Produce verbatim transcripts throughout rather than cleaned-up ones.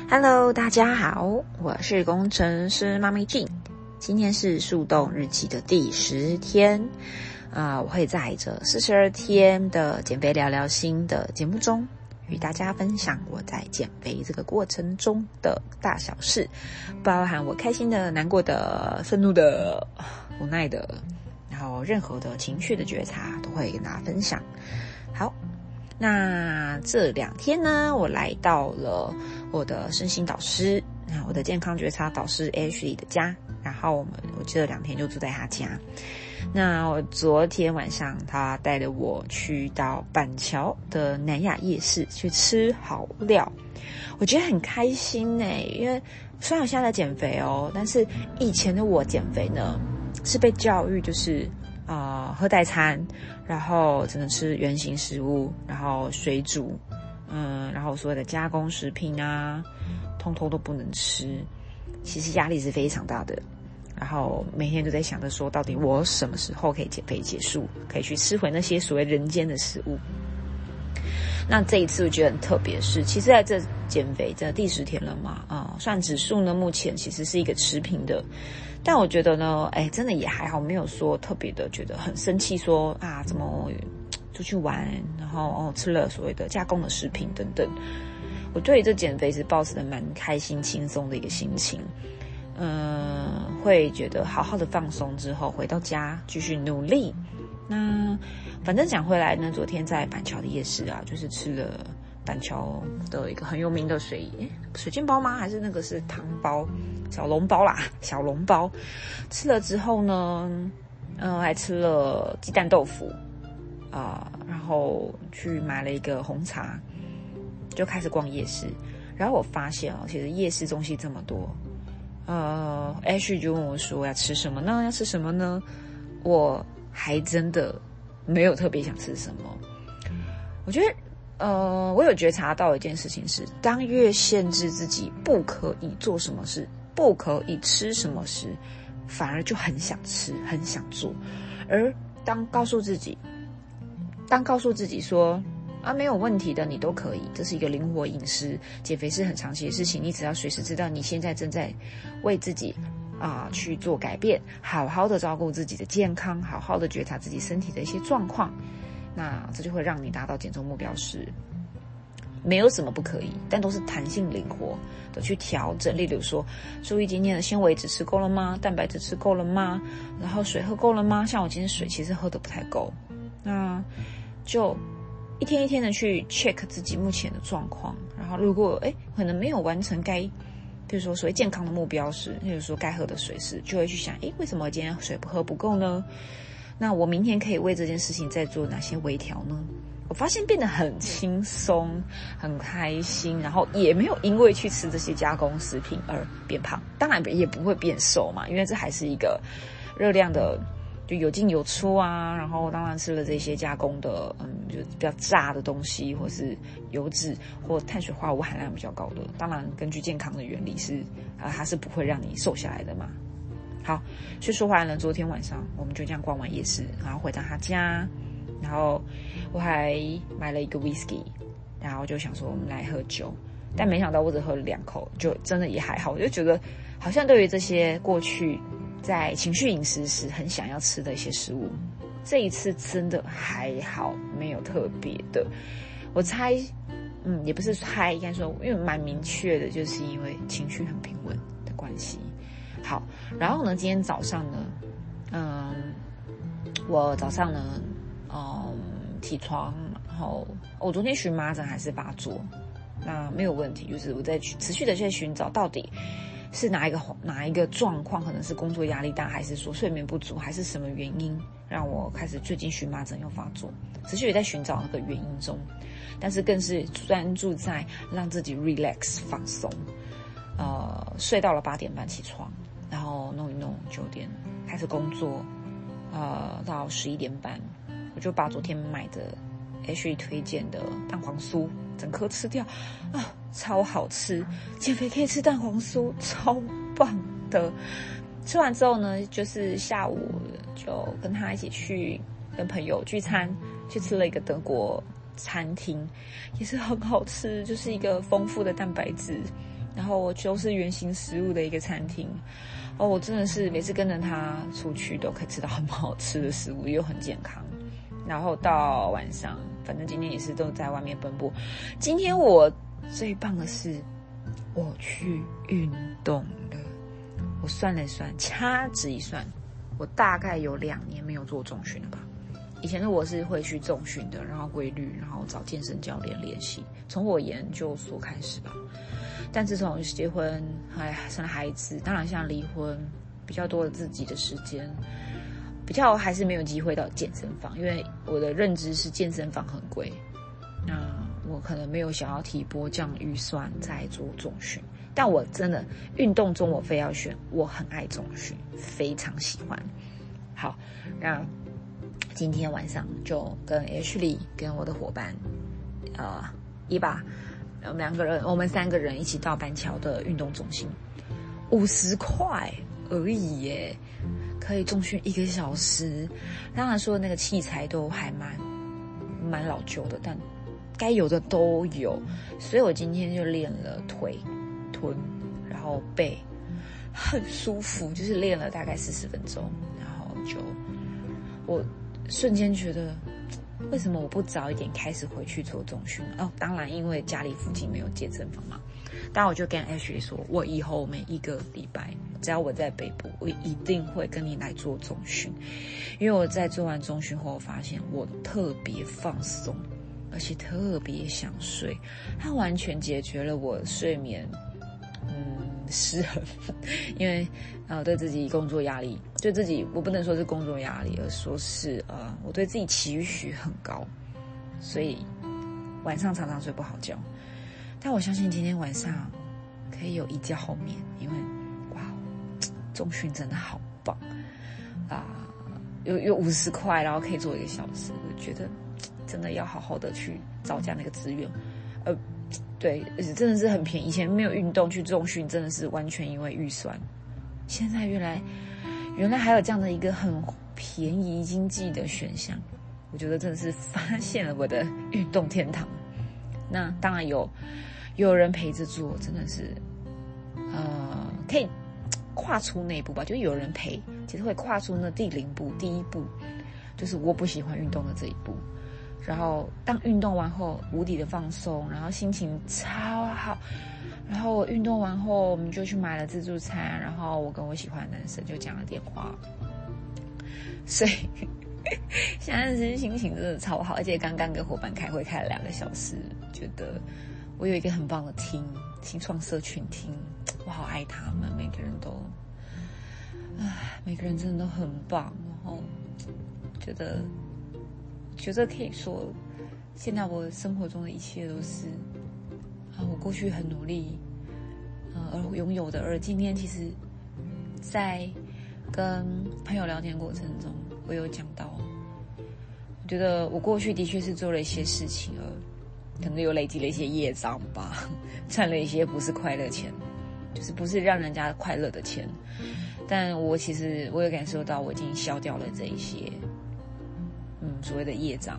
Hello， 大家好，我是工程师妈咪 Jean。今天是树洞日记的第十天，啊、呃，我会在这四十二天的减肥聊聊心的节目中，与大家分享我在减肥这个过程中的大小事，包含我开心的、难过的、愤怒的、无奈的，然后任何的情绪的觉察都会跟大家分享。好。那这两天呢，我来到了我的身心导师，我的健康觉察导师 Ashley 的家，然后我们我这两天就住在他家。那我昨天晚上他带着我去到板桥的南雅夜市去吃好料，我觉得很开心耶，因为虽然我现在在减肥哦，但是以前的我减肥呢是被教育就是呃喝代餐，然后只能吃原型食物，然后水煮，嗯，然后所有的加工食品啊，通通都不能吃。其实压力是非常大的，然后每天都在想着说，到底我什么时候可以减肥结束，可以去吃回那些所谓人间的食物。那这一次我觉得很特别的是，其实在这减肥这第十天了嘛，啊、呃，算指数呢，目前其实是一个持平的，但我觉得呢，哎，真的也还好，没有说特别的觉得很生气说，说啊怎么出去玩，然后哦吃了所谓的加工的食品等等。我对这减肥是抱持的蛮开心、轻松的一个心情，嗯，会觉得好好的放松之后回到家继续努力。那反正讲回来呢，昨天在板桥的夜市啊，就是吃了板桥的一个很有名的水水煎包吗？还是那个是汤包、小笼包啦？小笼包吃了之后呢，呃，还吃了鸡蛋豆腐啊、呃，然后去买了一个红茶，就开始逛夜市。然后我发现哦，其实夜市东西这么多，呃 ，Ash 就问我说要吃什么呢？要吃什么呢？我还真的没有特别想吃什么。我觉得，呃，我有觉察到一件事情是，当越限制自己不可以做什么事，不可以吃什么时，反而就很想吃，很想做。而当告诉自己，当告诉自己说啊，没有问题的，你都可以，这是一个灵活饮食，减肥是很长期的事情，你只要随时知道你现在正在为自己啊、呃、去做改变，好好的照顾自己的健康，好好的觉察自己身体的一些状况，那这就会让你达到减重目标时，没有什么不可以，但都是弹性灵活的去调整。例如说，注意今天的纤维质吃够了吗？蛋白质吃够了吗？然后水喝够了吗？像我今天水其实喝得不太够，那就一天一天的去 check 自己目前的状况，然后如果诶可能没有完成该，比如说所谓健康的目标时，例如说该喝的水时，就会去想，诶为什么今天水不喝不够呢？那我明天可以为这件事情再做哪些微调呢？我发现变得很轻松，很开心，然后也没有因为去吃这些加工食品而变胖，当然也不会变瘦嘛，因为这还是一个热量的就有进有出啊，然后当然吃了这些加工的，嗯，就比较炸的东西，或是油脂或碳水化合物含量比较高的，当然根据健康的原理是，啊、呃，它是不会让你瘦下来的嘛。好，所以说回来呢，昨天晚上我们就这样逛完夜市，然后回到他家，然后我还买了一个 whisky， 然后就想说我们来喝酒，但没想到我只喝了两口，就真的也还好，我就觉得好像对于这些过去在情绪饮食时很想要吃的一些食物，这一次真的还好，没有特别的。我猜，嗯，也不是猜，应该说，因为蛮明确的，就是因为情绪很平稳的关系。好，然后呢，今天早上呢，嗯，我早上呢，嗯，起床，然后我昨天荨麻疹还是发作，那没有问题，就是我在持续的在寻找到底是哪一个哪一个状况，可能是工作压力大，还是说睡眠不足，还是什么原因让我开始最近荨麻疹又发作，持续也在寻找那个原因中，但是更是专注在让自己 relax 放松，呃，睡到了八点半起床，然后弄一弄，九点开始工作，呃，到十一点半，我就把昨天买的 H 推荐的蛋黄酥整颗吃掉，啊，超好吃！减肥可以吃蛋黄酥，超棒的。吃完之后呢，就是下午就跟他一起去跟朋友聚餐，去吃了一个德国餐厅，也是很好吃，就是一个丰富的蛋白质。 然后就是原型食物的一个餐厅。哦，我真的是每次跟着他出去都可以吃到很好吃的食物，又很健康。然后到晚上，反正今天也是都在外面奔波。今天我最棒的是，我去运动了。我算了算，掐指一算，我大概有两年没有做重训了吧。以前的我是会去重训的，然后规律，然后找健身教练练习，从我研究所开始吧。但自从结婚，哎，生了孩子，当然像离婚，比较多了自己的时间，比较还是没有机会到健身房，因为我的认知是健身房很贵，那我可能没有想要提拨这样预算在做重训。但我真的运动中我非要选，我很爱重训，非常喜欢。好，那今天晚上就跟 Ashley 跟我的伙伴，呃，伊爸，我们两个人，我们三个人一起到板桥的运动中心，五十块而已耶，可以重训一个小时。当然说那个器材都还蛮蛮老旧的，但该有的都有，所以我今天就练了腿、臀，然后背，很舒服，就是练了大概四十分钟，然后就我。瞬间觉得，为什么我不早一点开始回去做重训？哦，当然因为家里附近没有健身房嘛。但我就跟 Ashley 说，我以后每一个礼拜，只要我在北部，我一定会跟你来做重训。因为我在做完重训后，我发现我特别放松，而且特别想睡，它完全解决了我睡眠嗯失衡，因为呃对自己工作压力，对自己我不能说是工作压力，而说是呃我对自己期许很高，所以晚上常常睡不好觉。但我相信今天晚上可以有一觉好眠，因为哇，重训真的好棒啊！有有五十块，然后可以做一个小时，我觉得真的要好好的去找这样的一个资源，呃。对，真的是很便宜。以前没有运动去重训，真的是完全因为预算。现在原来原来还有这样的一个很便宜经济的选项，我觉得真的是发现了我的运动天堂。那当然有有人陪着做，真的是呃可以跨出那一步吧，就有人陪，其实会跨出那第零步，第一步就是我不喜欢运动的这一步。然后当运动完后无敌的放松，然后心情超好，然后我运动完后我们就去买了自助餐，然后我跟我喜欢的男生就讲了电话，所以现在是心情真的超好，而且刚刚跟伙伴开会开了两个小时，觉得我有一个很棒的厅，新创社群厅，我好爱他们，每个人都唉每个人真的都很棒，然后觉得觉得可以说，现在我生活中的一切都是啊，我过去很努力，呃，而拥有的。而今天其实，在跟朋友聊天过程中，我有讲到，我觉得我过去的确是做了一些事情，而可能有累积了一些业障吧，赚了一些不是快乐钱，就是不是让人家快乐的钱。但我其实我有感受到，我已经消掉了这一些。嗯，所谓的业障，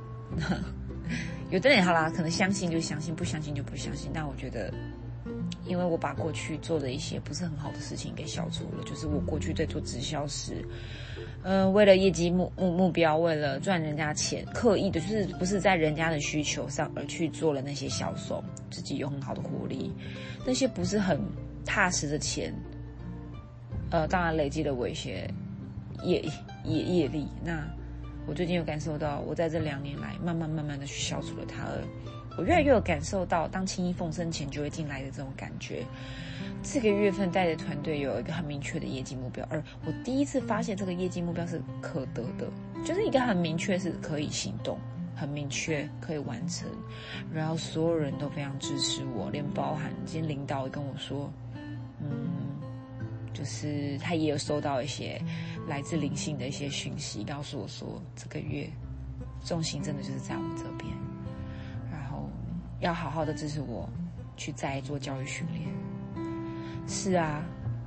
有的人好啦，可能相信就相信，不相信就不相信。但我觉得，因为我把过去做的一些不是很好的事情给消除了，就是我过去在做直销时，嗯、呃，为了业绩目目目标，为了赚人家钱，刻意的就是不是在人家的需求上而去做了那些销售，自己有很好的获利，那些不是很踏实的钱，呃，当然累积了我一些业业业力。那我最近有感受到，我在这两年来慢慢慢慢的去消除了它，而我越来越有感受到，当轻易奉生钱就会进来的这种感觉。这个月份带的团队有一个很明确的业绩目标，而我第一次发现这个业绩目标是可得的，就是一个很明确是可以行动，很明确可以完成，然后所有人都非常支持我，连包含今天领导也跟我说，嗯。就是他也有收到一些来自灵性的一些讯息，告诉我说这个月重心真的就是在我们这边，然后要好好的支持我去再做教育训练。是啊，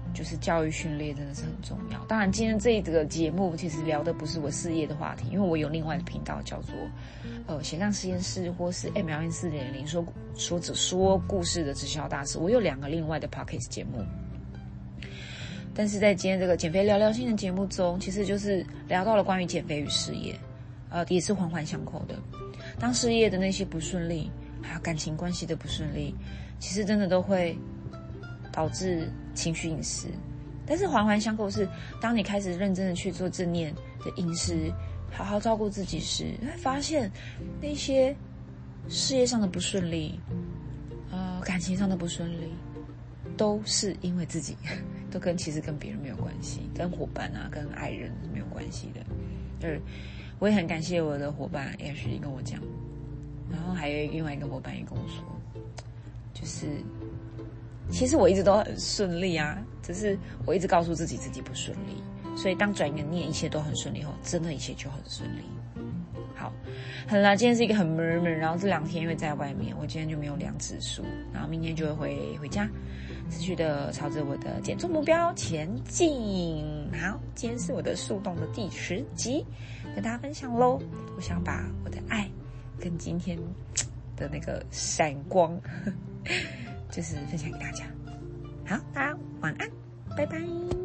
就是教育训练真的是很重要。当然，今天这个节目其实聊的不是我事业的话题，因为我有另外的频道叫做呃斜杠实验室，或是 M L M 四点零说说者说故事的直销大师。我有两个另外的 Podcast 节目，但是在今天这个减肥聊聊心的节目中，其实就是聊到了关于减肥与事业，呃，也是环环相扣的。当事业的那些不顺利，还有感情关系的不顺利，其实真的都会导致情绪饮食。但是环环相扣是，当你开始认真的去做正念的饮食，好好照顾自己时，会发现那些事业上的不顺利，呃，感情上的不顺利，都是因为自己，都跟其实跟别人没有关系，跟伙伴啊，跟爱人没有关系的。就是我也很感谢我的伙伴 Ashley 跟我讲，然后还有另外一个伙伴也跟我说，就是其实我一直都很顺利啊，只是我一直告诉自己自己不顺利，所以当转一个念一切都很顺利后，真的一切就很顺利。好，好啦，今天是一个很闷闷，然后这两天因为在外面，我今天就没有量指数，然后明天就会回回家，持续的朝着我的减重目标前进。好，今天是我的树洞的第十集，跟大家分享咯。我想把我的爱跟今天的那个闪光就是分享给大家。好，大家晚安，拜拜。